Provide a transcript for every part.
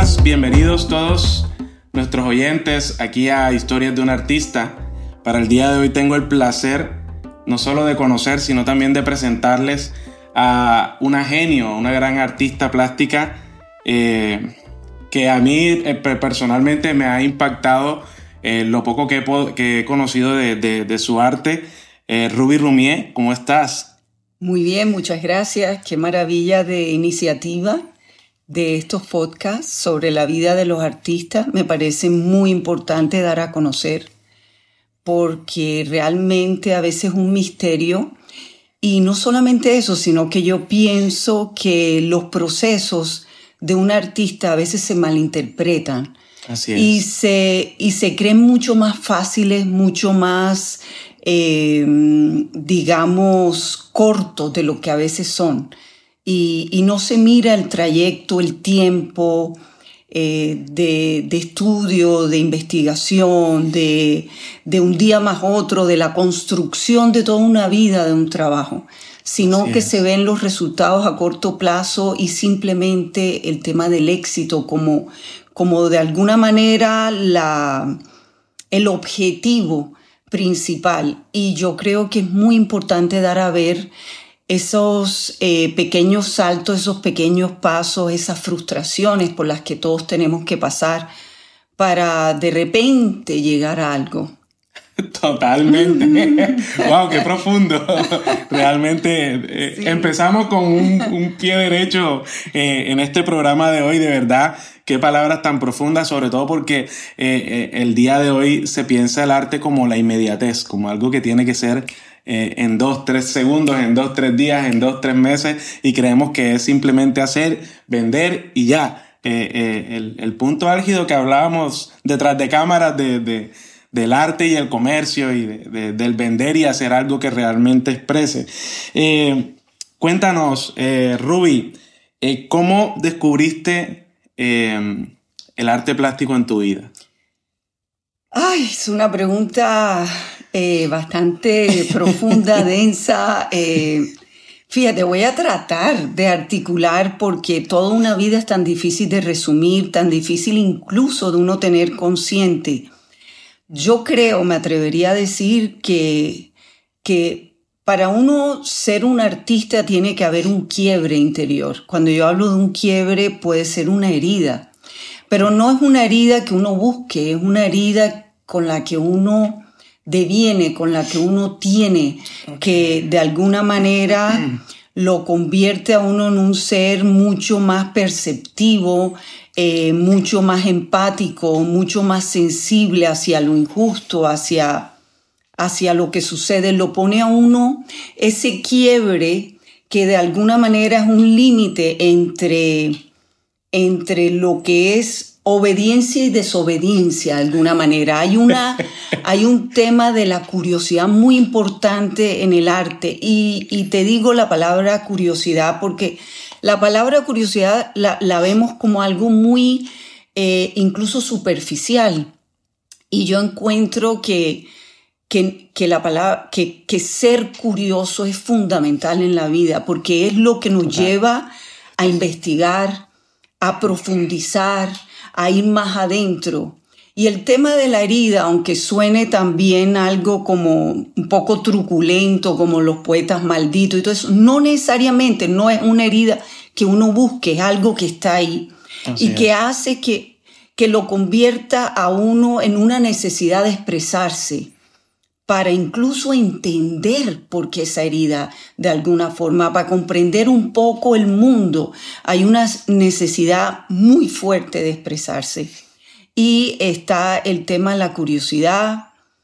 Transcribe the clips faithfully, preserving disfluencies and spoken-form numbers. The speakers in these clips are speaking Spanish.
buenas, bienvenidos todos nuestros oyentes aquí a Historias de un Artista. Para el día de hoy tengo el placer no solo de conocer, sino también de presentarles a una genio, una gran artista plástica eh, que a mí eh, personalmente me ha impactado eh, lo poco que he, que he conocido de, de, de su arte. Eh, Ruby Rumier, ¿cómo estás? Muy bien, muchas gracias. Qué maravilla de iniciativa de estos podcasts sobre la vida de los artistas. Me parece muy importante dar a conocer porque realmente a veces es un misterio. Y no solamente eso, sino que yo pienso que los procesos de un artista a veces se malinterpretan. Así es. Y se, y se creen mucho más fáciles, mucho más, eh, digamos, cortos de lo que a veces son. Y, y no se mira el trayecto, el tiempo eh, de, de estudio, de investigación, de, de un día más otro, de la construcción de toda una vida de un trabajo, sino Así que es. Se ven los resultados a corto plazo y simplemente el tema del éxito como, como de alguna manera la, el objetivo principal. Y yo creo que es muy importante dar a ver esos eh, pequeños saltos, esos pequeños pasos, esas frustraciones por las que todos tenemos que pasar para de repente llegar a algo. Totalmente. Wow, qué profundo. Realmente eh, sí. Empezamos con un, un pie derecho eh, en este programa de hoy, de verdad. Qué palabras tan profundas, sobre todo porque eh, eh, el día de hoy se piensa el arte como la inmediatez, como algo que tiene que ser eh, en dos, tres segundos, en dos, tres días, en dos, tres meses, y creemos que es simplemente hacer, vender y ya. Eh, eh, el, el punto álgido que hablábamos detrás de cámaras de, de, del arte y el comercio y de, de, del vender y hacer algo que realmente exprese. Eh, cuéntanos, eh, Ruby, eh, ¿cómo descubriste Eh, el arte plástico en tu vida? Ay, es una pregunta eh, bastante profunda, densa. Eh, fíjate, voy a tratar de articular porque toda una vida es tan difícil de resumir, tan difícil incluso de uno tener consciente. Yo creo, me atrevería a decir que, que para uno ser un artista tiene que haber un quiebre interior. Cuando yo hablo de un quiebre puede ser una herida, pero no es una herida que uno busque, es una herida con la que uno deviene, con la que uno tiene, okay. que de alguna manera mm. lo convierte a uno en un ser mucho más perceptivo, eh, mucho más empático, mucho más sensible hacia lo injusto, hacia... hacia lo que sucede, lo pone a uno ese quiebre que de alguna manera es un límite entre, entre lo que es obediencia y desobediencia de alguna manera. Hay, una, hay un tema de la curiosidad muy importante en el arte y, y te digo la palabra curiosidad porque la palabra curiosidad la, la vemos como algo muy eh, incluso superficial y yo encuentro que Que, que, la palabra, que, que ser curioso es fundamental en la vida porque es lo que nos okay. lleva a investigar, a profundizar, a ir más adentro. Y el tema de la herida, aunque suene también algo como un poco truculento, como los poetas malditos y todo eso, no necesariamente, no es una herida que uno busque, es algo que está ahí Así y es. que hace que, que lo convierta a uno en una necesidad de expresarse, para incluso entender por qué esa herida de alguna forma, para comprender un poco el mundo. Hay una necesidad muy fuerte de expresarse. Y está el tema de la curiosidad.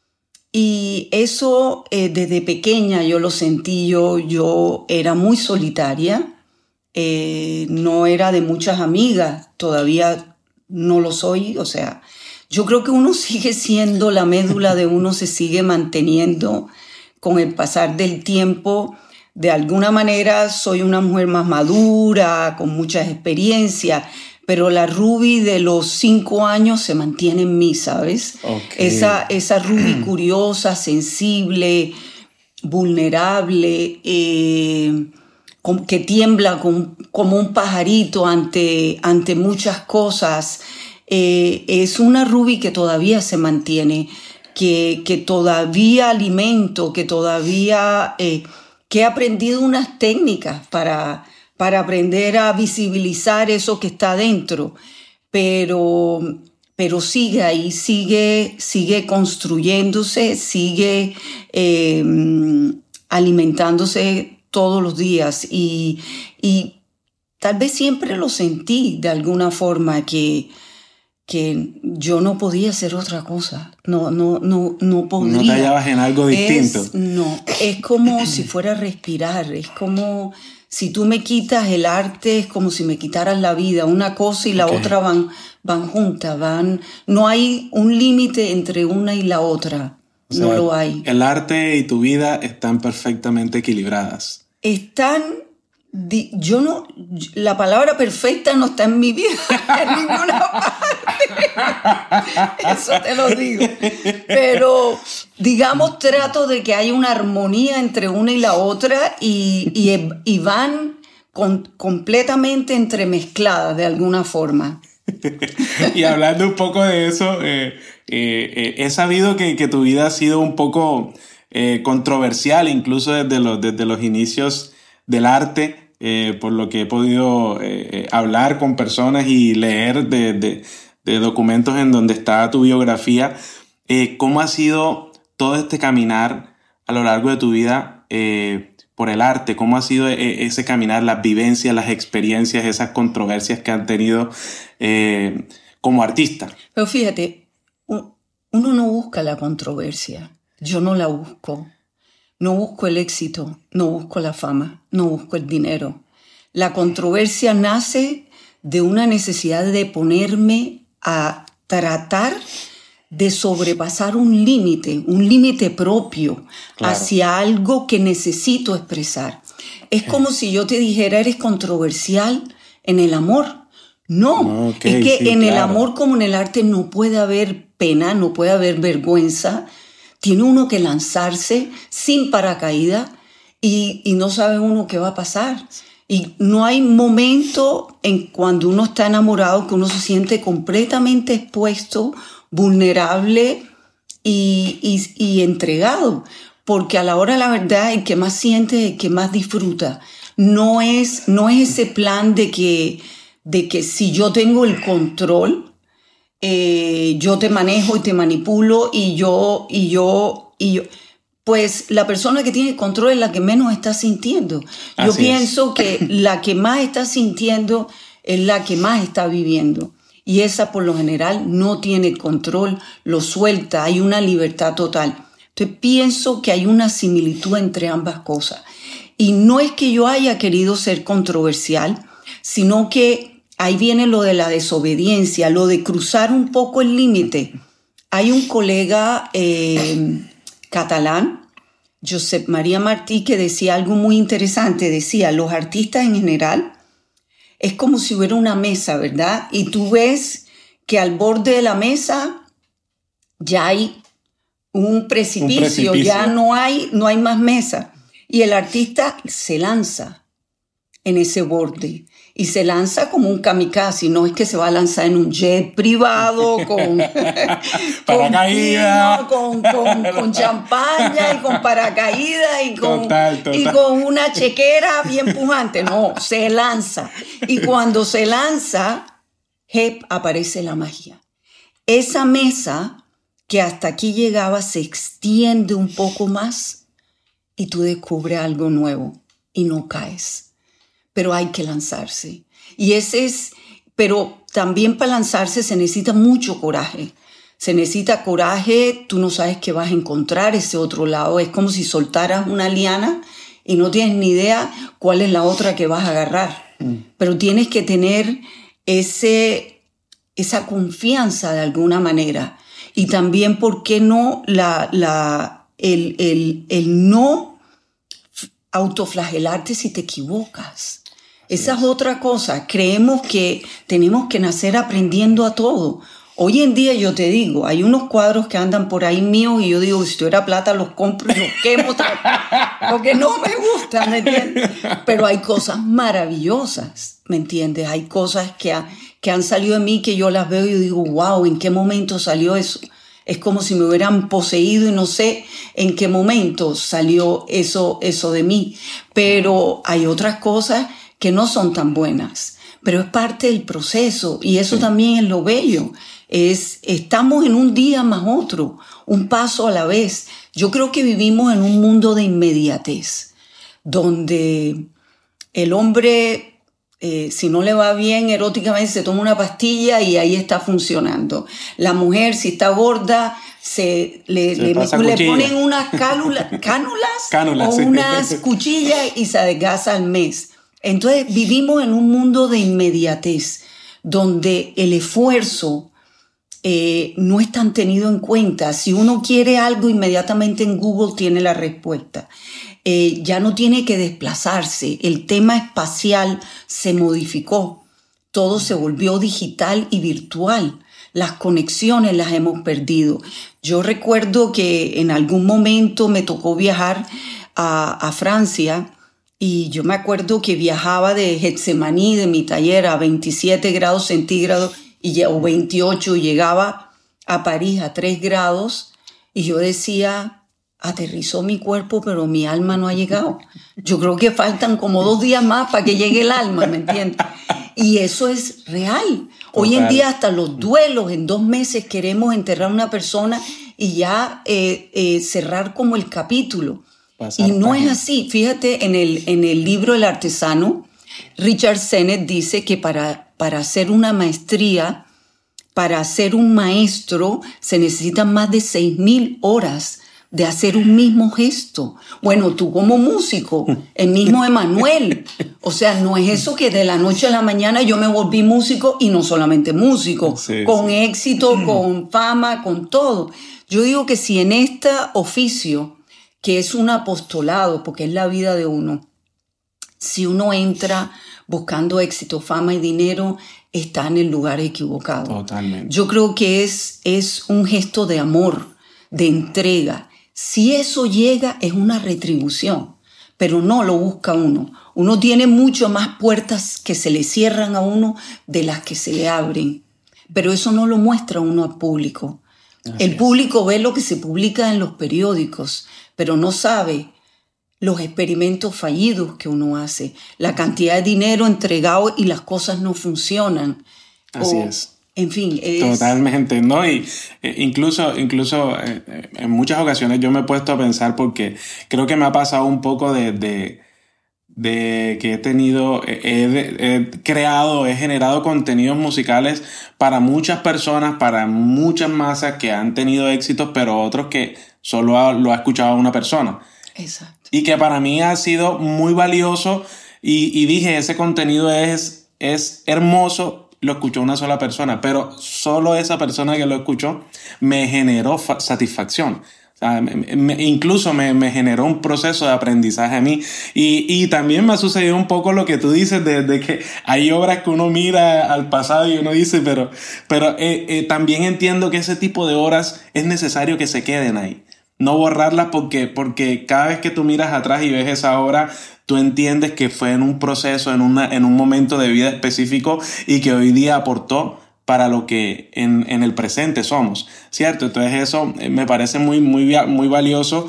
Y eso eh, desde pequeña yo lo sentí, yo, yo era muy solitaria, eh, no era de muchas amigas, todavía no lo soy, o sea... Yo creo que uno sigue siendo, la médula de uno se sigue manteniendo con el pasar del tiempo. De alguna manera soy una mujer más madura, con muchas experiencias, pero la Ruby de los cinco años se mantiene en mí, ¿sabes? Okay. Esa, esa Ruby curiosa, sensible, vulnerable, eh, que tiembla como, como un pajarito ante, ante muchas cosas. Eh, es una Ruby que todavía se mantiene, que, que todavía alimento, que todavía eh, que he aprendido unas técnicas para, para aprender a visibilizar eso que está dentro, pero, pero sigue ahí, sigue, sigue construyéndose, sigue eh, alimentándose todos los días y, y tal vez siempre lo sentí de alguna forma que que yo no podía hacer otra cosa, no, no, no, no podría. ¿No te hallabas en algo distinto? Es, no, es como si fuera a respirar, es como si tú me quitas el arte, es como si me quitaras la vida, una cosa y la okay. otra van, van juntas, van, no hay un límite entre una y la otra, o sea, no lo hay. El arte y tu vida están perfectamente equilibradas. Están... Yo no, la palabra perfecta no está en mi vida, en ninguna parte. Eso te lo digo. Pero, digamos, trato de que haya una armonía entre una y la otra y, y, y van con, completamente entremezcladas de alguna forma. Y hablando un poco de eso, eh, eh, he sabido que, que tu vida ha sido un poco eh, controversial, incluso desde los, desde los inicios del arte. Eh, por lo que he podido eh, hablar con personas y leer de, de, de documentos en donde está tu biografía, eh, ¿cómo ha sido todo este caminar a lo largo de tu vida eh, por el arte? ¿Cómo ha sido eh, ese caminar, las vivencias, las experiencias, esas controversias que han tenido eh, como artista? Pero fíjate, uno no busca la controversia, yo no la busco. No busco el éxito, no busco la fama, no busco el dinero. La controversia nace de una necesidad de ponerme a tratar de sobrepasar un límite, un límite propio, claro, hacia algo que necesito expresar. Es como si yo te dijera, eres controversial en el amor. No, okay, es que sí, en claro. el amor como en el arte no puede haber pena, no puede haber vergüenza. Tiene uno que lanzarse sin paracaídas y, y no sabe uno qué va a pasar. Y no hay momento en cuando uno está enamorado que uno se siente completamente expuesto, vulnerable y, y, y entregado. Porque a la hora de la verdad el que más siente, el que más disfruta. No es, no es ese plan de que, de que si yo tengo el control... Eh, yo te manejo y te manipulo y yo, y yo, y yo. Pues la persona que tiene control es la que menos está sintiendo. Yo Así pienso es. que la que más está sintiendo es la que más está viviendo. Y esa por lo general no tiene control, lo suelta, hay una libertad total. Entonces pienso que hay una similitud entre ambas cosas. Y no es que yo haya querido ser controversial, sino que ahí viene lo de la desobediencia, lo de cruzar un poco el límite. Hay un colega eh, catalán, Josep María Martí, que decía algo muy interesante. Decía, los artistas en general es como si hubiera una mesa, ¿verdad? Y tú ves que al borde de la mesa ya hay un precipicio, un precipicio. ya no hay, no hay más mesa. Y el artista se lanza en ese borde. Y se lanza como un kamikaze, no es que se va a lanzar en un jet privado con paracaídas, con, con, con champaña y con paracaídas y con, total, total. y con una chequera bien pujante. No, se lanza. Y cuando se lanza, hep, aparece la magia. Esa mesa que hasta aquí llegaba se extiende un poco más y tú descubres algo nuevo y no caes. Pero hay que lanzarse. Y ese es, pero también para lanzarse se necesita mucho coraje. Se necesita coraje, tú no sabes que vas a encontrar ese otro lado. Es como si soltaras una liana y no tienes ni idea cuál es la otra que vas a agarrar. Mm. Pero tienes que tener ese, esa confianza de alguna manera. Y también, ¿por qué no? La, la, el, el, el no autoflagelarte si te equivocas. Esa es otra cosa. Creemos que tenemos que nacer aprendiendo a todo. Hoy en día yo te digo, hay unos cuadros que andan por ahí míos y yo digo, si tuviera plata los compro y los quemo, porque no me gustan, ¿me entiendes? Pero hay cosas maravillosas, ¿me entiendes? Hay cosas que, ha, que han salido de mí que yo las veo y digo, wow, ¿en qué momento salió eso? Es como si me hubieran poseído y no sé en qué momento salió eso, eso de mí. Pero hay otras cosas que no son tan buenas, pero es parte del proceso y eso sí. También es lo bello. Es, estamos en un día más otro, un paso a la vez. Yo creo que vivimos en un mundo de inmediatez, donde el hombre, eh, si no le va bien eróticamente, se toma una pastilla y ahí está funcionando. La mujer, si está gorda, se, le, se le, le ponen unas cálula, cánulas Cánula, o sí. unas cuchillas y se adelgaza al mes. Entonces vivimos en un mundo de inmediatez, donde el esfuerzo Eh, no es tan tenido en cuenta. Si uno quiere algo, inmediatamente en Google tiene la respuesta. Eh, ya no tiene que desplazarse. El tema espacial se modificó. Todo se volvió digital y virtual. Las conexiones las hemos perdido. Yo recuerdo que en algún momento me tocó viajar a, a Francia y yo me acuerdo que viajaba de Getsemaní, de mi taller, a veintisiete grados centígrados y, o veintiocho, y llegaba a París a tres grados y yo decía, aterrizó mi cuerpo, pero mi alma no ha llegado. Yo creo que faltan como dos días más para que llegue el alma, ¿me entiendes? Y eso es real. Hoy Total. En día hasta los duelos, en dos meses queremos enterrar a una persona y ya eh, eh, cerrar como el capítulo. Pasar y no página. Es así. Fíjate, en el, en el libro El Artesano, Richard Sennett dice que para, para hacer una maestría, para ser un maestro, se necesitan más de seis mil horas de hacer un mismo gesto. Bueno, tú como músico, el mismo Emanuel. O sea, no es eso que de la noche a la mañana yo me volví músico, y no solamente músico, sí, con sí. éxito, con fama, con todo. Yo digo que si en este oficio, que es un apostolado, porque es la vida de uno, si uno entra buscando éxito, fama y dinero, está en el lugar equivocado. Totalmente. Yo creo que es, es un gesto de amor, de entrega. Si eso llega, es una retribución, pero no lo busca uno. Uno tiene mucho más puertas que se le cierran a uno de las que se le abren, pero eso no lo muestra uno al público. Así el público es. Ve lo que se publica en los periódicos, pero no sabe los experimentos fallidos que uno hace, la cantidad de dinero entregado y las cosas no funcionan. Así o, es. En fin, es... Totalmente, ¿no? Y eh, incluso, incluso eh, en muchas ocasiones yo me he puesto a pensar, porque creo que me ha pasado un poco de, de, de que he tenido, he, he creado, he generado contenidos musicales para muchas personas, para muchas masas que han tenido éxitos, pero otros que solo ha, lo ha escuchado una persona. Exacto. Y que para mí ha sido muy valioso y, y dije, ese contenido es, es hermoso, lo escuchó una sola persona, pero solo esa persona que lo escuchó me generó fa- satisfacción. O sea, me, me, incluso me, me generó un proceso de aprendizaje a mí. Y, y también me ha sucedido un poco lo que tú dices, de, de que hay obras que uno mira al pasado y uno dice, pero, pero eh, eh, también entiendo que ese tipo de obras es necesario que se queden ahí. No borrarlas, porque, porque cada vez que tú miras atrás y ves esa obra, tú entiendes que fue en un proceso, en, una, en un momento de vida específico y que hoy día aportó para lo que en, en el presente somos, ¿cierto? Entonces eso me parece muy, muy, muy valioso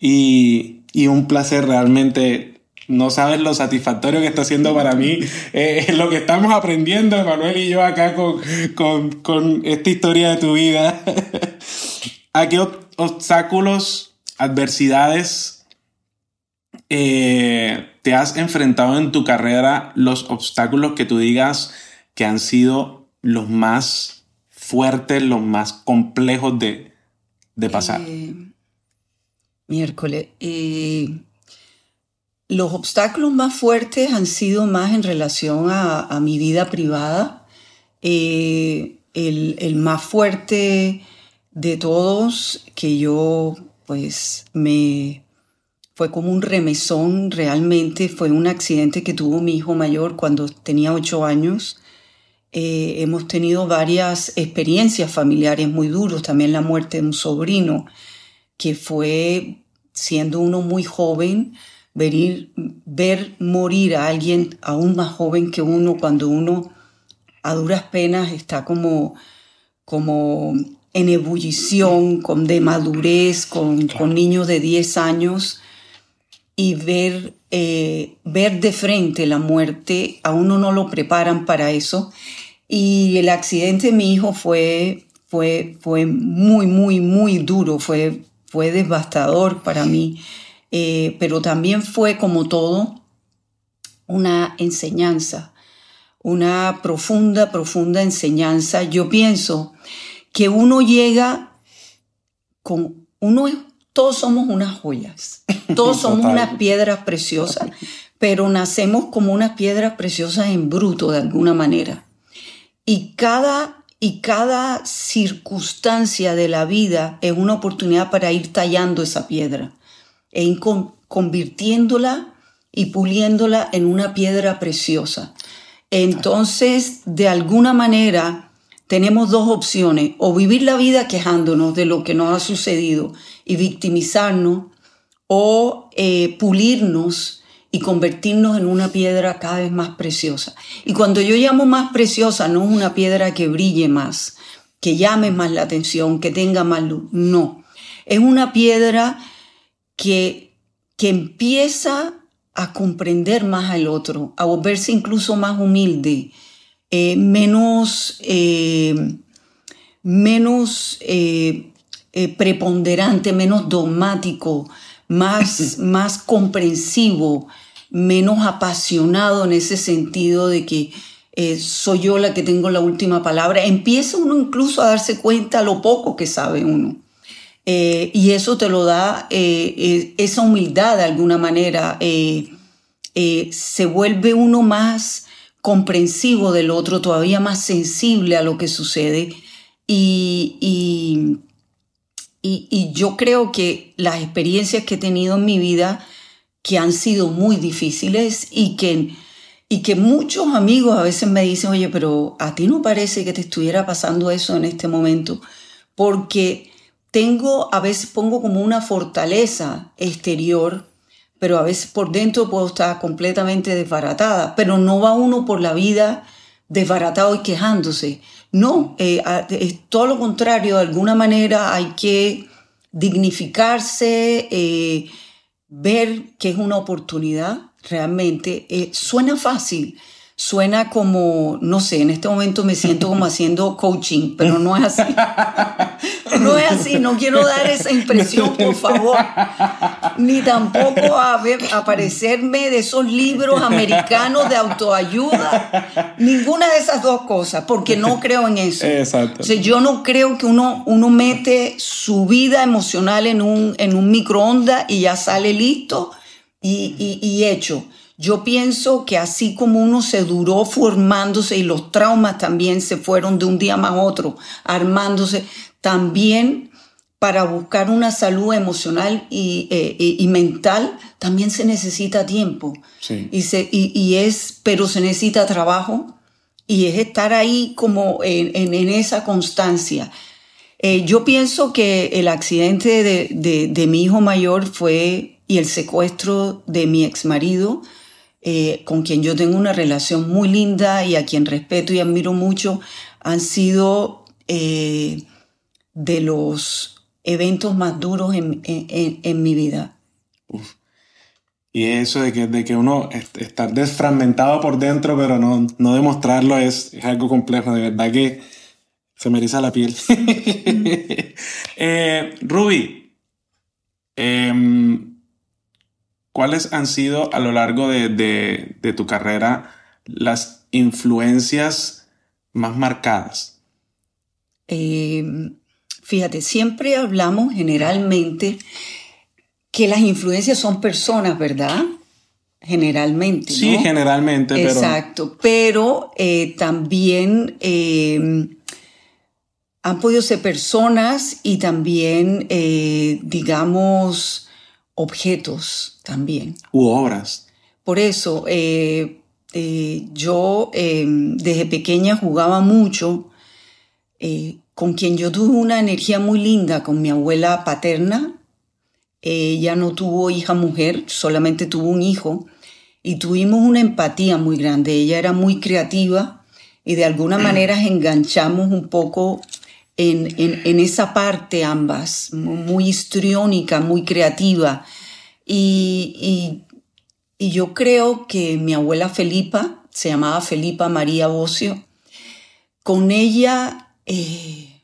y, y un placer realmente. No sabes lo satisfactorio que está siendo para mí eh, lo que estamos aprendiendo, Emanuel y yo, acá con, con, con esta historia de tu vida. ¿A qué obstáculos, adversidades eh, te has enfrentado en tu carrera? Los obstáculos que tú digas que han sido los más fuertes, los más complejos de, de pasar. Eh, miércoles. Eh, los obstáculos más fuertes han sido más en relación a, a mi vida privada. Eh, el, el más fuerte de todos, que yo pues me fue como un remesón realmente, fue un accidente que tuvo mi hijo mayor cuando tenía ocho años. Eh, hemos tenido varias experiencias familiares muy duras, también la muerte de un sobrino, que fue, siendo uno muy joven, ver, ver morir a alguien aún más joven que uno, cuando uno a duras penas está como, como en ebullición, con de madurez, con, con niños de diez años, y ver, eh, ver de frente la muerte, a uno no lo preparan para eso. Y el accidente de mi hijo fue, fue, fue muy, muy, muy duro, fue, fue devastador para mí, eh, pero también fue, como todo, una enseñanza, una profunda, profunda enseñanza. Yo pienso que uno llega con, uno, todos somos unas joyas, todos somos Total. unas piedras preciosas, pero nacemos como unas piedras preciosas en bruto de alguna manera. Y cada, y cada circunstancia de la vida es una oportunidad para ir tallando esa piedra e ir con, convirtiéndola y puliéndola en una piedra preciosa. Entonces, de alguna manera, tenemos dos opciones: o vivir la vida quejándonos de lo que nos ha sucedido y victimizarnos, o eh, pulirnos y convertirnos en una piedra cada vez más preciosa. Y cuando yo llamo más preciosa, no es una piedra que brille más, que llame más la atención, que tenga más luz. No, es una piedra que, que empieza a comprender más al otro, a volverse incluso más humilde, eh, menos, eh, menos eh, eh, preponderante, menos dogmático, más, más comprensivo, menos apasionado en ese sentido de que eh, soy yo la que tengo la última palabra. Empieza uno incluso a darse cuenta lo poco que sabe uno. Eh, y eso te lo da eh, eh, esa humildad de alguna manera. Eh, eh, se vuelve uno más comprensivo del otro, todavía más sensible a lo que sucede. Y, y, y, y yo creo que las experiencias que he tenido en mi vida, que han sido muy difíciles y que, y que muchos amigos a veces me dicen: oye, pero a ti no parece que te estuviera pasando eso en este momento, porque tengo, a veces pongo como una fortaleza exterior, pero a veces por dentro puedo estar completamente desbaratada. Pero no va uno por la vida desbaratado y quejándose. No, eh, es todo lo contrario. De alguna manera hay que dignificarse, eh, ver que es una oportunidad realmente. Eh, suena fácil, suena como, no sé, en este momento me siento como haciendo coaching, pero no es así. No es así, no quiero dar esa impresión, por favor. Ni tampoco a ver, aparecerme de esos libros americanos de autoayuda. Ninguna de esas dos cosas, porque no creo en eso. Exacto. O sea, yo no creo que uno, uno mete su vida emocional en un, en un microondas y ya sale listo y, y, y hecho. Yo pienso que así como uno se duró formándose y los traumas también se fueron de un día más a otro, armándose, también para buscar una salud emocional y, eh, y, y mental también se necesita tiempo. Sí. Y se, y, y es, pero se necesita trabajo y es estar ahí como en, en, en esa constancia. Eh, yo pienso que el accidente de, de, de mi hijo mayor fue, y el secuestro de mi exmarido, Eh, con quien yo tengo una relación muy linda y a quien respeto y admiro mucho, han sido eh, de los eventos más duros en, en, en mi vida. Uf. Y eso de que, de que uno estar desfragmentado por dentro, pero no, no demostrarlo, es, es algo complejo. De verdad que se me eriza la piel. eh, Ruby, eh, ¿cuáles han sido a lo largo de, de, de tu carrera las influencias más marcadas? Eh, fíjate, siempre hablamos generalmente que las influencias son personas, ¿verdad? Generalmente, ¿no? Sí, generalmente. Pero... Exacto, pero eh, también eh, han podido ser personas y también, eh, digamos, objetos también. U obras. Por eso, eh, Eh, yo eh, desde pequeña jugaba mucho, eh, con quien yo tuve una energía muy linda, con mi abuela paterna. Ella no tuvo hija mujer, solamente tuvo un hijo, y tuvimos una empatía muy grande. Ella era muy creativa y de alguna manera enganchamos un poco en, en, en esa parte ambas, muy histriónica, muy creativa. Y, y, y yo creo que mi abuela Felipa, se llamaba Felipa María Bocio, con ella, eh,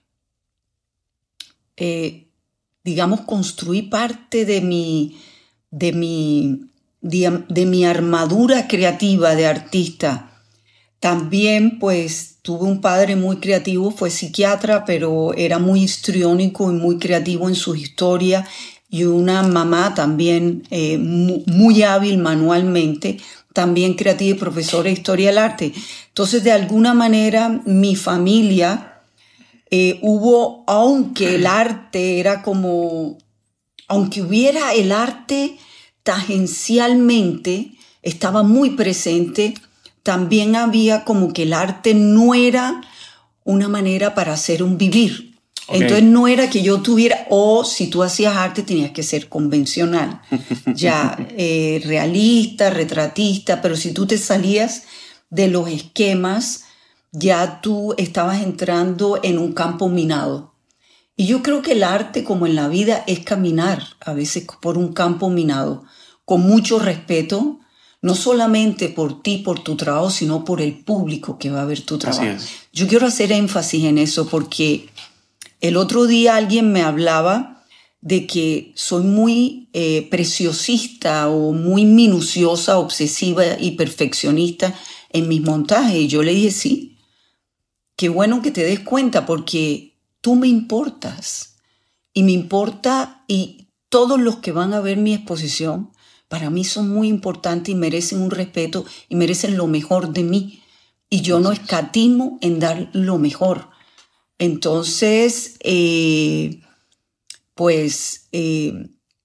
eh, digamos, construí parte de mi, de mi, de, de mi armadura creativa de artista. También, pues, tuve un padre muy creativo, fue psiquiatra, pero era muy histriónico y muy creativo en sus historias, y una mamá también eh, muy, muy hábil manualmente, también creativa y profesora de historia del arte. Entonces, de alguna manera, mi familia, eh, hubo, aunque el arte era como, aunque hubiera el arte tangencialmente, estaba muy presente, también había como que el arte no era una manera para hacer un vivir. Okay. Entonces no era que yo tuviera, o si tú hacías arte tenías que ser convencional, ya eh, realista, retratista, pero si tú te salías de los esquemas, ya tú estabas entrando en un campo minado. Y yo creo que el arte, como en la vida, es caminar a veces por un campo minado, con mucho respeto, no solamente por ti, por tu trabajo, sino por el público que va a ver tu trabajo. Yo quiero hacer énfasis en eso porque el otro día alguien me hablaba de que soy muy eh, preciosista o muy minuciosa, obsesiva y perfeccionista en mis montajes. Y yo le dije, sí, qué bueno que te des cuenta porque tú me importas. Y me importa, y todos los que van a ver mi exposición, para mí son muy importantes y merecen un respeto y merecen lo mejor de mí. Y yo no escatimo en dar lo mejor. Entonces, eh, pues eh,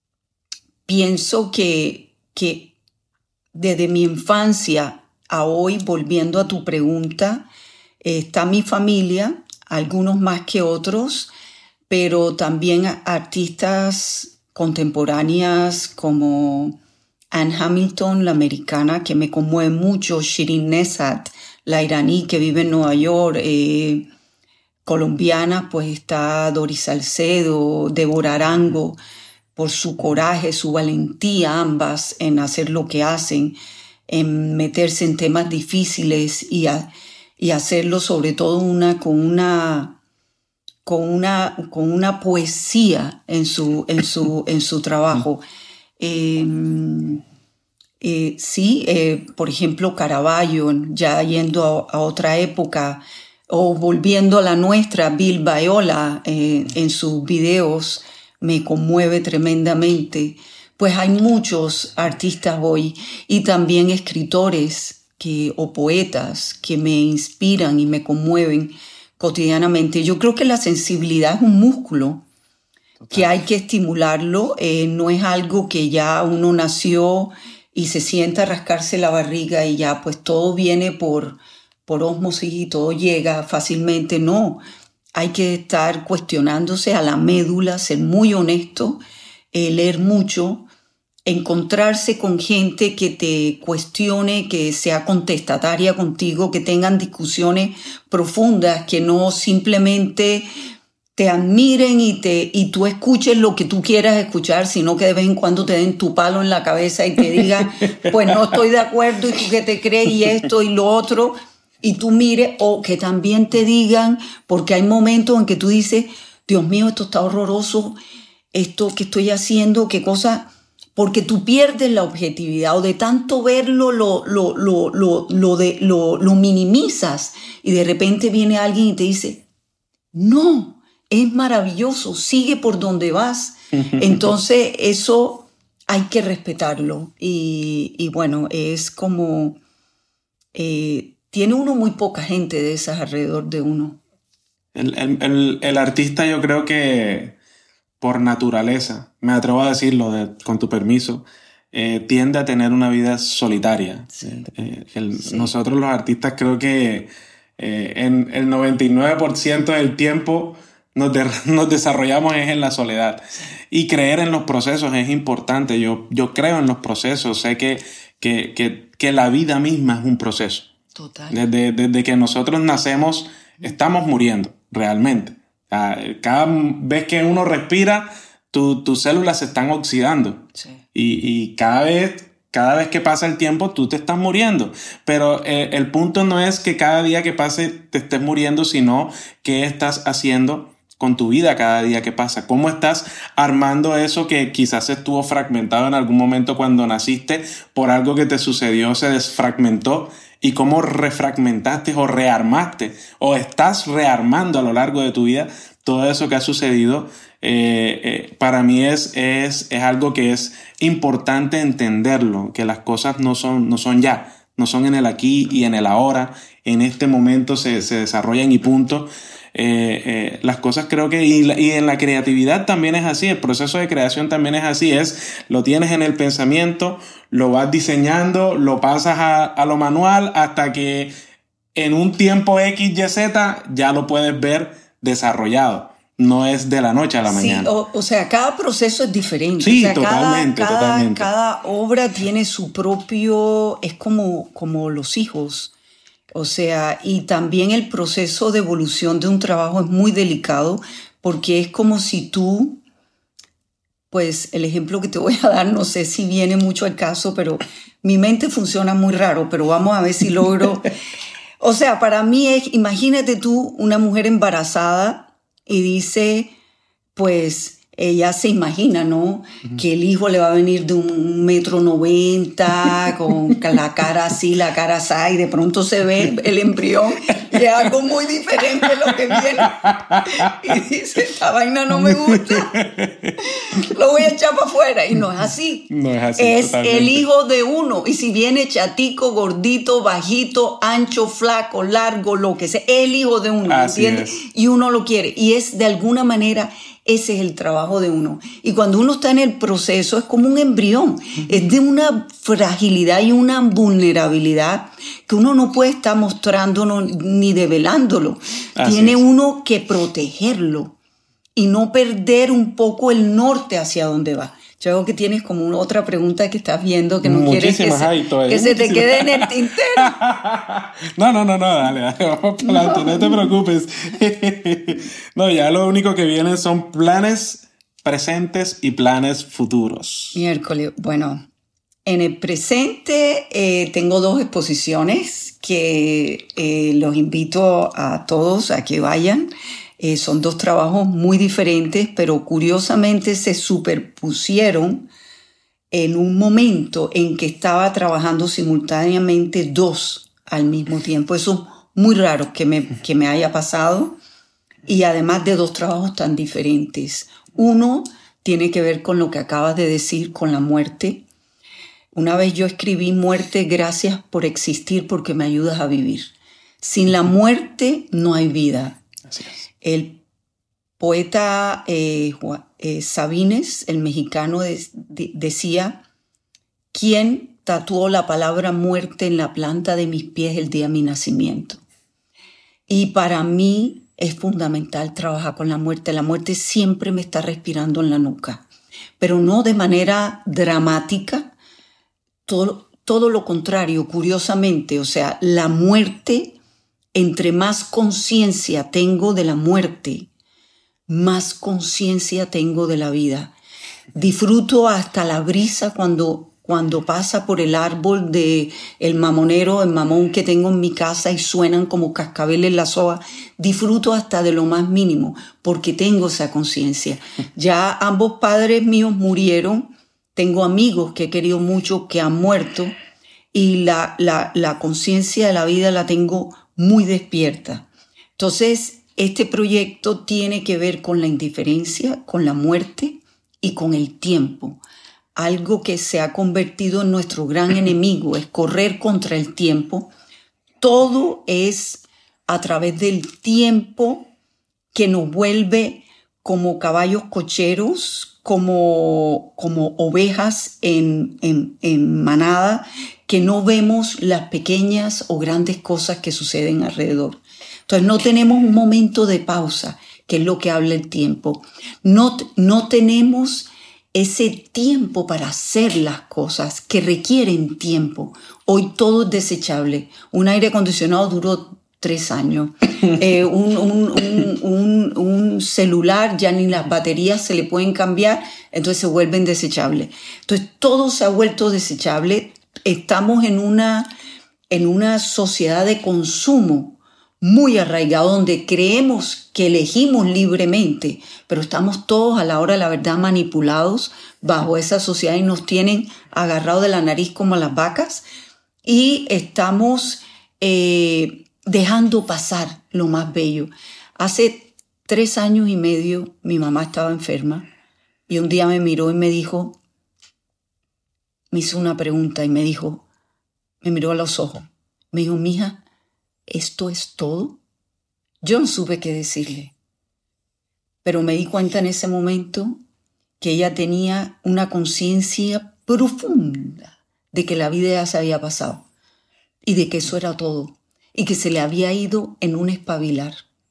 pienso que, que desde mi infancia a hoy, volviendo a tu pregunta, eh, está mi familia, algunos más que otros, pero también artistas contemporáneas como Anne Hamilton, la americana, que me conmueve mucho, Shirin Nesat, la iraní que vive en Nueva York, eh, colombiana, pues está Doris Salcedo, Débora Arango, por su coraje, su valentía, ambas, en hacer lo que hacen, en meterse en temas difíciles y, a, y hacerlo sobre todo una, con, una, con, una, con una poesía en su, en su, en su trabajo. Eh, eh, sí, eh, por ejemplo, Caravaggio, ya yendo a, a otra época, o volviendo a la nuestra, Bill Viola, eh, en sus videos, me conmueve tremendamente. Pues hay muchos artistas hoy y también escritores que, o poetas que me inspiran y me conmueven cotidianamente. Yo creo que la sensibilidad es un músculo. Total. Que hay que estimularlo. Eh, no es algo que ya uno nació y se sienta a rascarse la barriga y ya pues todo viene por... por ósmosis y todo llega fácilmente. No, hay que estar cuestionándose a la médula, ser muy honesto, eh, leer mucho, encontrarse con gente que te cuestione, que sea contestataria contigo, que tengan discusiones profundas, que no simplemente te admiren y, te, y tú escuches lo que tú quieras escuchar, sino que de vez en cuando te den tu palo en la cabeza y te digan, pues no estoy de acuerdo y tú qué te crees y esto y lo otro. Y tú mires, o que también te digan, porque hay momentos en que tú dices, Dios mío, esto está horroroso, esto que estoy haciendo, qué cosa, porque tú pierdes la objetividad, o de tanto verlo lo, lo, lo, lo, lo, de, lo, lo minimizas, y de repente viene alguien y te dice, no, es maravilloso, sigue por donde vas. Entonces eso hay que respetarlo, y, y bueno, es como... Eh, tiene uno muy poca gente de esas alrededor de uno. El, el, el, el artista, yo creo que por naturaleza, me atrevo a decirlo de, con tu permiso, eh, tiende a tener una vida solitaria. Sí. Eh, el, sí. Nosotros los artistas creo que eh, en el noventa y nueve por ciento del tiempo nos, de, nos desarrollamos es en la soledad. Sí. Y creer en los procesos es importante. Yo, yo creo en los procesos. Sé que, que, que, que la vida misma es un proceso. Total. Desde, desde que nosotros nacemos, estamos muriendo, realmente. Cada vez que uno respira, tu, tus células se están oxidando. Sí. Y, y cada vez, cada vez que pasa el tiempo, tú te estás muriendo. Pero eh, el punto no es que cada día que pase te estés muriendo, sino qué estás haciendo con tu vida cada día que pasa. ¿Cómo estás armando eso que quizás estuvo fragmentado en algún momento cuando naciste por algo que te sucedió, se desfragmentó? Y cómo refragmentaste o rearmaste o estás rearmando a lo largo de tu vida todo eso que ha sucedido. Eh, eh, para mí es, es, es algo que es importante entenderlo, que las cosas no son, no son ya, no son en el aquí y en el ahora, en este momento se, se desarrollan y punto. Eh, eh, las cosas creo que, y, la, y en la creatividad también es así, el proceso de creación también es así, es, lo tienes en el pensamiento, lo vas diseñando, lo pasas a, a lo manual hasta que en un tiempo X, Y, Z ya lo puedes ver desarrollado. No es de la noche a la mañana. Sí, o, o sea, cada proceso es diferente. Sí, o sea, totalmente, cada, totalmente. Cada obra tiene su propio, es como, como los hijos. O sea, y también el proceso de evolución de un trabajo es muy delicado porque es como si tú, pues el ejemplo que te voy a dar, no sé si viene mucho al caso, pero mi mente funciona muy raro, pero vamos a ver si logro. O sea, para mí es, imagínate tú una mujer embarazada y dice, pues ella se imagina, ¿no? Uh-huh. Que el hijo le va a venir de un metro noventa, con la cara así, la cara así, y de pronto se ve el embrión y es algo muy diferente lo que viene. Y dice, esta vaina no me gusta, lo voy a echar para afuera. Y no es así. No es así. Es totalmente. El hijo de uno. Y si viene chatico, gordito, bajito, ancho, flaco, largo, lo que sea, el hijo de uno, ¿entiendes? Y uno lo quiere. Y es de alguna manera... Ese es el trabajo de uno. Y cuando uno está en el proceso es como un embrión. Uh-huh. Es de una fragilidad y una vulnerabilidad que uno no puede estar mostrándonos ni develándolo. Así Tiene es. Uno que protegerlo y no perder un poco el norte hacia dónde va. Yo veo que tienes como una otra pregunta que estás viendo que no muchísimas quieres que, hay, se, todavía, que se te quede en el tintero. No, no, no, no, dale, dale, vamos para adelante, no. no te preocupes. No, ya lo único que viene son planes presentes y planes futuros. Miércoles, bueno, en el presente eh, tengo dos exposiciones que eh, los invito a todos a que vayan. Eh, son dos trabajos muy diferentes, pero curiosamente se superpusieron en un momento en que estaba trabajando simultáneamente dos al mismo tiempo. Eso es muy raro que me, que me haya pasado. Y además de dos trabajos tan diferentes. Uno tiene que ver con lo que acabas de decir, con la muerte. Una vez yo escribí: muerte, gracias por existir porque me ayudas a vivir. Sin la muerte no hay vida. Así es. El poeta eh, eh, Sabines, el mexicano, de, de, decía: ¿quién tatuó la palabra muerte en la planta de mis pies el día de mi nacimiento? Y para mí es fundamental trabajar con la muerte. La muerte siempre me está respirando en la nuca, pero no de manera dramática, todo, todo lo contrario, curiosamente. O sea, la muerte... Entre más conciencia tengo de la muerte, más conciencia tengo de la vida. Disfruto hasta la brisa cuando, cuando pasa por el árbol de el mamonero, el mamón que tengo en mi casa y suenan como cascabeles en la soga. Disfruto hasta de lo más mínimo porque tengo esa conciencia. Ya ambos padres míos murieron. Tengo amigos que he querido mucho que han muerto y la, la, la conciencia de la vida la tengo muy despierta. Entonces, este proyecto tiene que ver con la indiferencia, con la muerte y con el tiempo. Algo que se ha convertido en nuestro gran enemigo, es correr contra el tiempo. Todo es a través del tiempo que nos vuelve como caballos cocheros, como, como ovejas en, en, en manada, que no vemos las pequeñas o grandes cosas que suceden alrededor. Entonces no tenemos un momento de pausa, que es lo que habla el tiempo. No, no tenemos ese tiempo para hacer las cosas que requieren tiempo. Hoy todo es desechable. Un aire acondicionado duró tres años. Eh, un, un, un, un, un celular, ya ni las baterías se le pueden cambiar, entonces se vuelven desechables. Entonces todo se ha vuelto desechable. Estamos en una, en una sociedad de consumo muy arraigado, donde creemos que elegimos libremente, pero estamos todos a la hora de la verdad manipulados bajo esa sociedad y nos tienen agarrados de la nariz como a las vacas y estamos eh, dejando pasar lo más bello. Hace tres años y medio mi mamá estaba enferma y un día me miró y me dijo, me hizo una pregunta y me dijo, me miró a los ojos, me dijo, mija, ¿esto es todo? Yo no supe qué decirle, pero me di cuenta en ese momento que ella tenía una conciencia profunda de que la vida ya se había pasado y de que eso era todo y que se le había ido en un espabilar.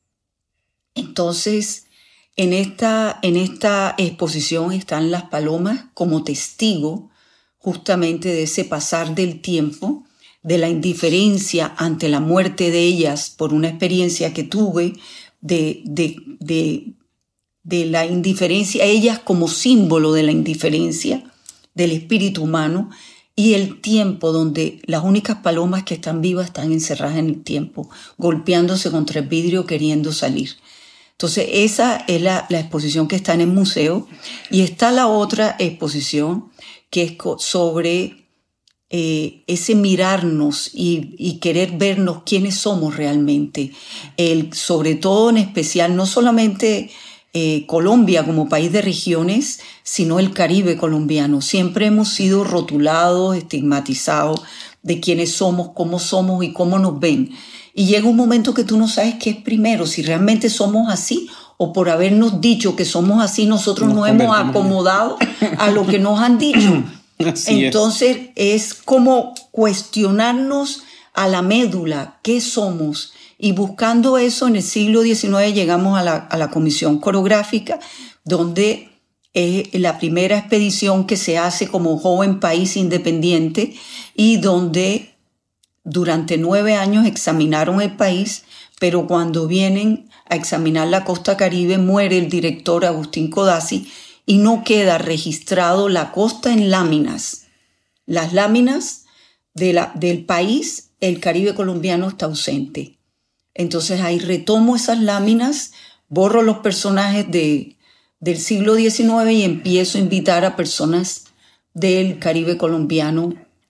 Entonces, en esta, en esta exposición están las palomas como testigo justamente de ese pasar del tiempo, de la indiferencia ante la muerte de ellas por una experiencia que tuve, de, de, de, de la indiferencia, ellas como símbolo de la indiferencia del espíritu humano, y el tiempo donde las únicas palomas que están vivas están encerradas en el tiempo, golpeándose contra el vidrio queriendo salir. Entonces esa es la, la exposición que está en el museo, y está la otra exposición que es sobre Eh, ese mirarnos y, y querer vernos quiénes somos realmente. El, sobre todo en especial, no solamente eh, Colombia como país de regiones, sino el Caribe colombiano. Siempre hemos sido rotulados, estigmatizados de quiénes somos, cómo somos y cómo nos ven. Y llega un momento que tú no sabes qué es primero, si realmente somos así o por habernos dicho que somos así, nosotros nos, nos hemos acomodado a lo que nos han dicho. Así Entonces es. es como cuestionarnos a la médula qué somos, y buscando eso en el siglo diecinueve llegamos a la, a la Comisión Coreográfica, donde es la primera expedición que se hace como joven país independiente y donde durante nueve años examinaron el país, pero cuando vienen a examinar la costa caribe muere el director Agustín Codazzi y no queda registrado la costa en láminas. Las láminas de la, del país, el Caribe colombiano está ausente. Entonces ahí retomo esas láminas, borro los personajes de, del siglo diecinueve y empiezo a invitar a personas del Caribe colombiano.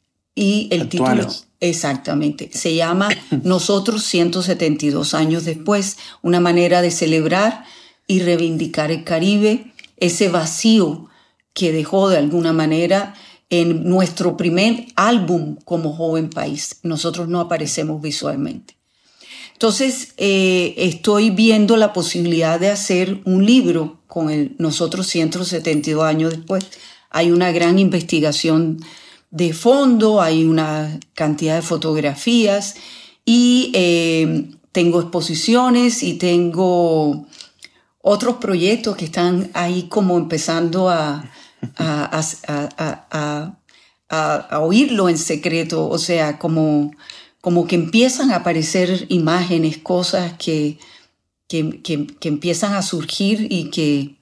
Y el Actuales. título, exactamente, se llama Nosotros ciento setenta y dos años después, una manera de celebrar y reivindicar el Caribe, ese vacío que dejó de alguna manera en nuestro primer álbum como joven país. Nosotros no aparecemos visualmente. Entonces, eh, estoy viendo la posibilidad de hacer un libro con el Nosotros ciento setenta y dos años después. Hay una gran investigación de fondo, hay una cantidad de fotografías y eh, tengo exposiciones y tengo otros proyectos que están ahí como empezando a, a, a, a, a, a, a oírlo en secreto, o sea, como, como que empiezan a aparecer imágenes, cosas que, que, que, que empiezan a surgir y que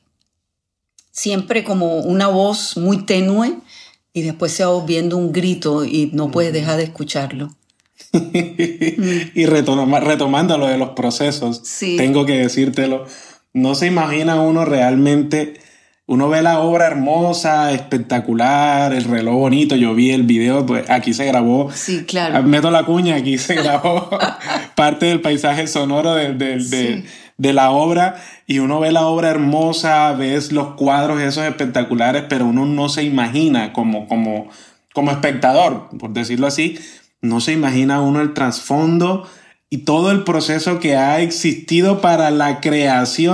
siempre como una voz muy tenue y después se va volviendo un grito y no puedes dejar de escucharlo. Y retoma, retomando lo de los procesos, sí. Tengo que decírtelo. No se imagina uno realmente, uno ve la obra hermosa, espectacular, el reloj bonito, yo vi el video, pues aquí se grabó, sí, claro. Meto la cuña, aquí se grabó parte del paisaje sonoro de, de, de, sí. de la obra, y uno ve la obra hermosa, ves los cuadros esos espectaculares, pero uno no se imagina como, como, como espectador, por decirlo así, no se imagina uno el trasfondo y todo el proceso que ha existido para la creación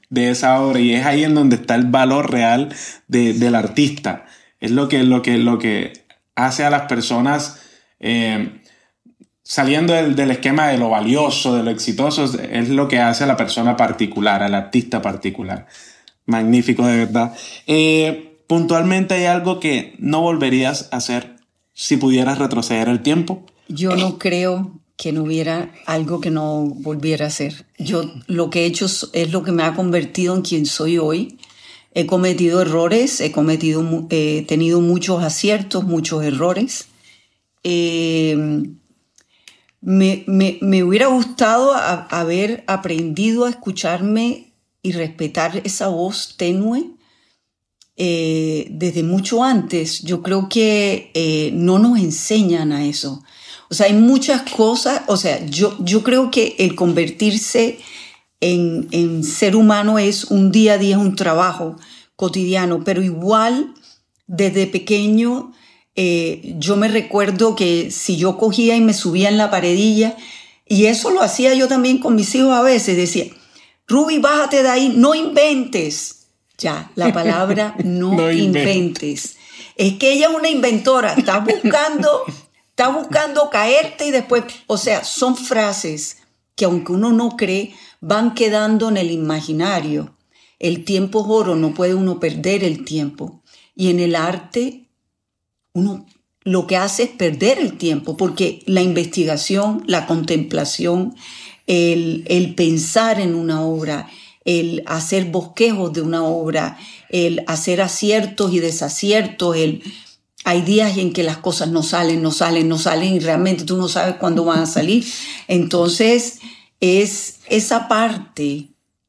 de esa obra, y es ahí en donde está el valor real de, del artista. Es lo que, lo que, lo que hace a las personas, eh, saliendo del, del esquema de lo valioso, de lo exitoso, es lo que hace a la persona particular, al artista particular. Magnífico, de verdad. Eh, puntualmente, ¿hay algo que no volverías a hacer si pudieras retroceder el tiempo? Yo no creo que no hubiera algo que no volviera a hacer. Yo lo que he hecho es lo que me ha convertido en quien soy hoy. He cometido errores, he cometido, he tenido muchos aciertos, muchos errores. Eh, me, me, me hubiera gustado a, haber aprendido a escucharme y respetar esa voz tenue eh, desde mucho antes. Yo creo que eh, no nos enseñan a eso. O sea, hay muchas cosas, o sea, yo, yo creo que el convertirse en, en ser humano es un día a día, un trabajo cotidiano, pero igual desde pequeño eh, yo me recuerdo que si yo cogía y me subía en la paredilla, y eso lo hacía yo también con mis hijos a veces, decía, Ruby, bájate de ahí, no inventes. Ya, la palabra no, no inventes. inventes. Es que ella es una inventora, está buscando... Está buscando caerte y después, o sea, son frases que aunque uno no cree, van quedando en el imaginario. El tiempo es oro, no puede uno perder el tiempo. Y en el arte, uno lo que hace es perder el tiempo, porque la investigación, la contemplación, el, el pensar en una obra, el hacer bosquejos de una obra, el hacer aciertos y desaciertos, el... Hay días en que las cosas no salen, no salen, no salen y realmente tú no sabes cuándo van a salir. Entonces, es esa parte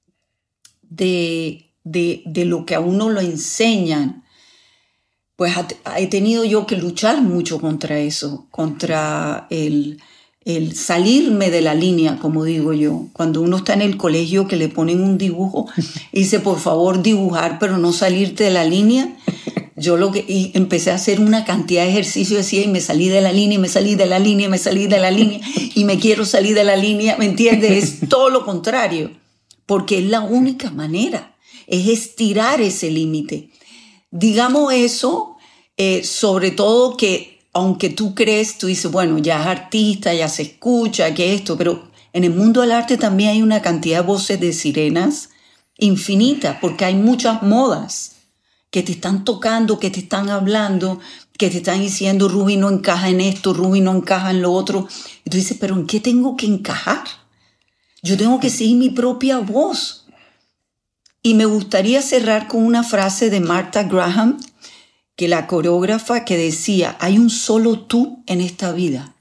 de, de, de lo que a uno lo enseñan. Pues he tenido yo que luchar mucho contra eso, contra el, el salirme de la línea, como digo yo. Cuando uno está en el colegio que le ponen un dibujo y dice, por favor, dibujar, pero no salirte de la línea. Yo lo que y empecé a hacer una cantidad de ejercicios, decía, y me salí de la línea, y me salí de la línea, y me salí de la línea, y me quiero salir de la línea, ¿me entiendes? Es todo lo contrario, porque es la única manera, es estirar ese límite. Digamos eso, eh, sobre todo que, aunque tú crees, tú dices, bueno, ya es artista, ya se escucha, que esto, pero en el mundo del arte también hay una cantidad de voces de sirenas infinitas, porque hay muchas modas que te están tocando, que te están hablando, que te están diciendo, Ruby no encaja en esto, Ruby no encaja en lo otro. Y tú dices, ¿pero en qué tengo que encajar? Yo tengo que seguir mi propia voz. Y me gustaría cerrar con una frase de Martha Graham, que la coreógrafa, que decía, hay un solo tú en esta vida.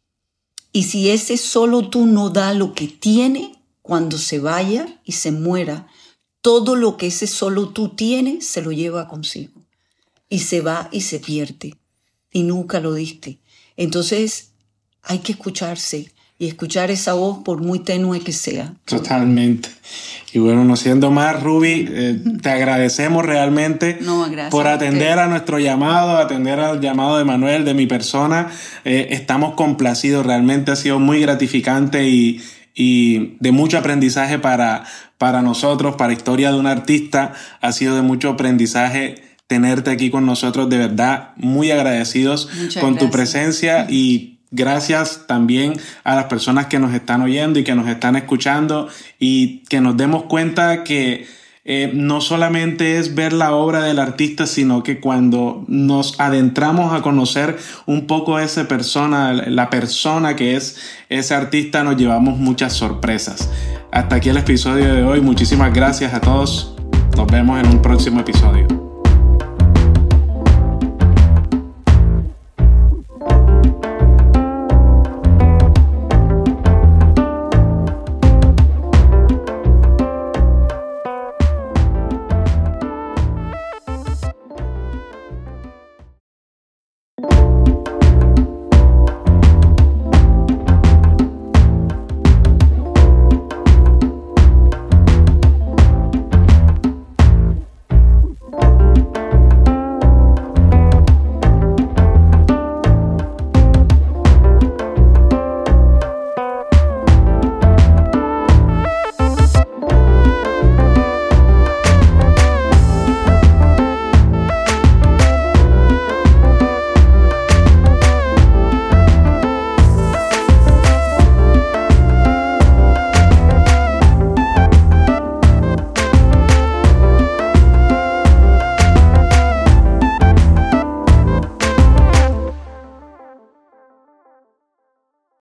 Y si ese solo tú no da lo que tiene, cuando se vaya y se muera, todo lo que ese solo tú tiene se lo lleva consigo. Y se va y se pierde. Y nunca lo diste. Entonces hay que escucharse. Y escuchar esa voz por muy tenue que sea. Totalmente. Y bueno, no siendo más, Ruby, eh, te agradecemos realmente no, por atender a, a nuestro llamado, atender al llamado de Manuel, de mi persona. Eh, estamos complacidos. Realmente ha sido muy gratificante y, y de mucho aprendizaje para... Para nosotros, para Historia de un Artista, ha sido de mucho aprendizaje tenerte aquí con nosotros. De verdad, muy agradecidos Muchas con gracias. Tu presencia y gracias también a las personas que nos están oyendo y que nos están escuchando y que nos demos cuenta que eh, no solamente es ver la obra del artista, sino que cuando nos adentramos a conocer un poco a esa persona, la persona que es ese artista, nos llevamos muchas sorpresas. Hasta aquí el episodio de hoy. Muchísimas gracias a todos. Nos vemos en un próximo episodio.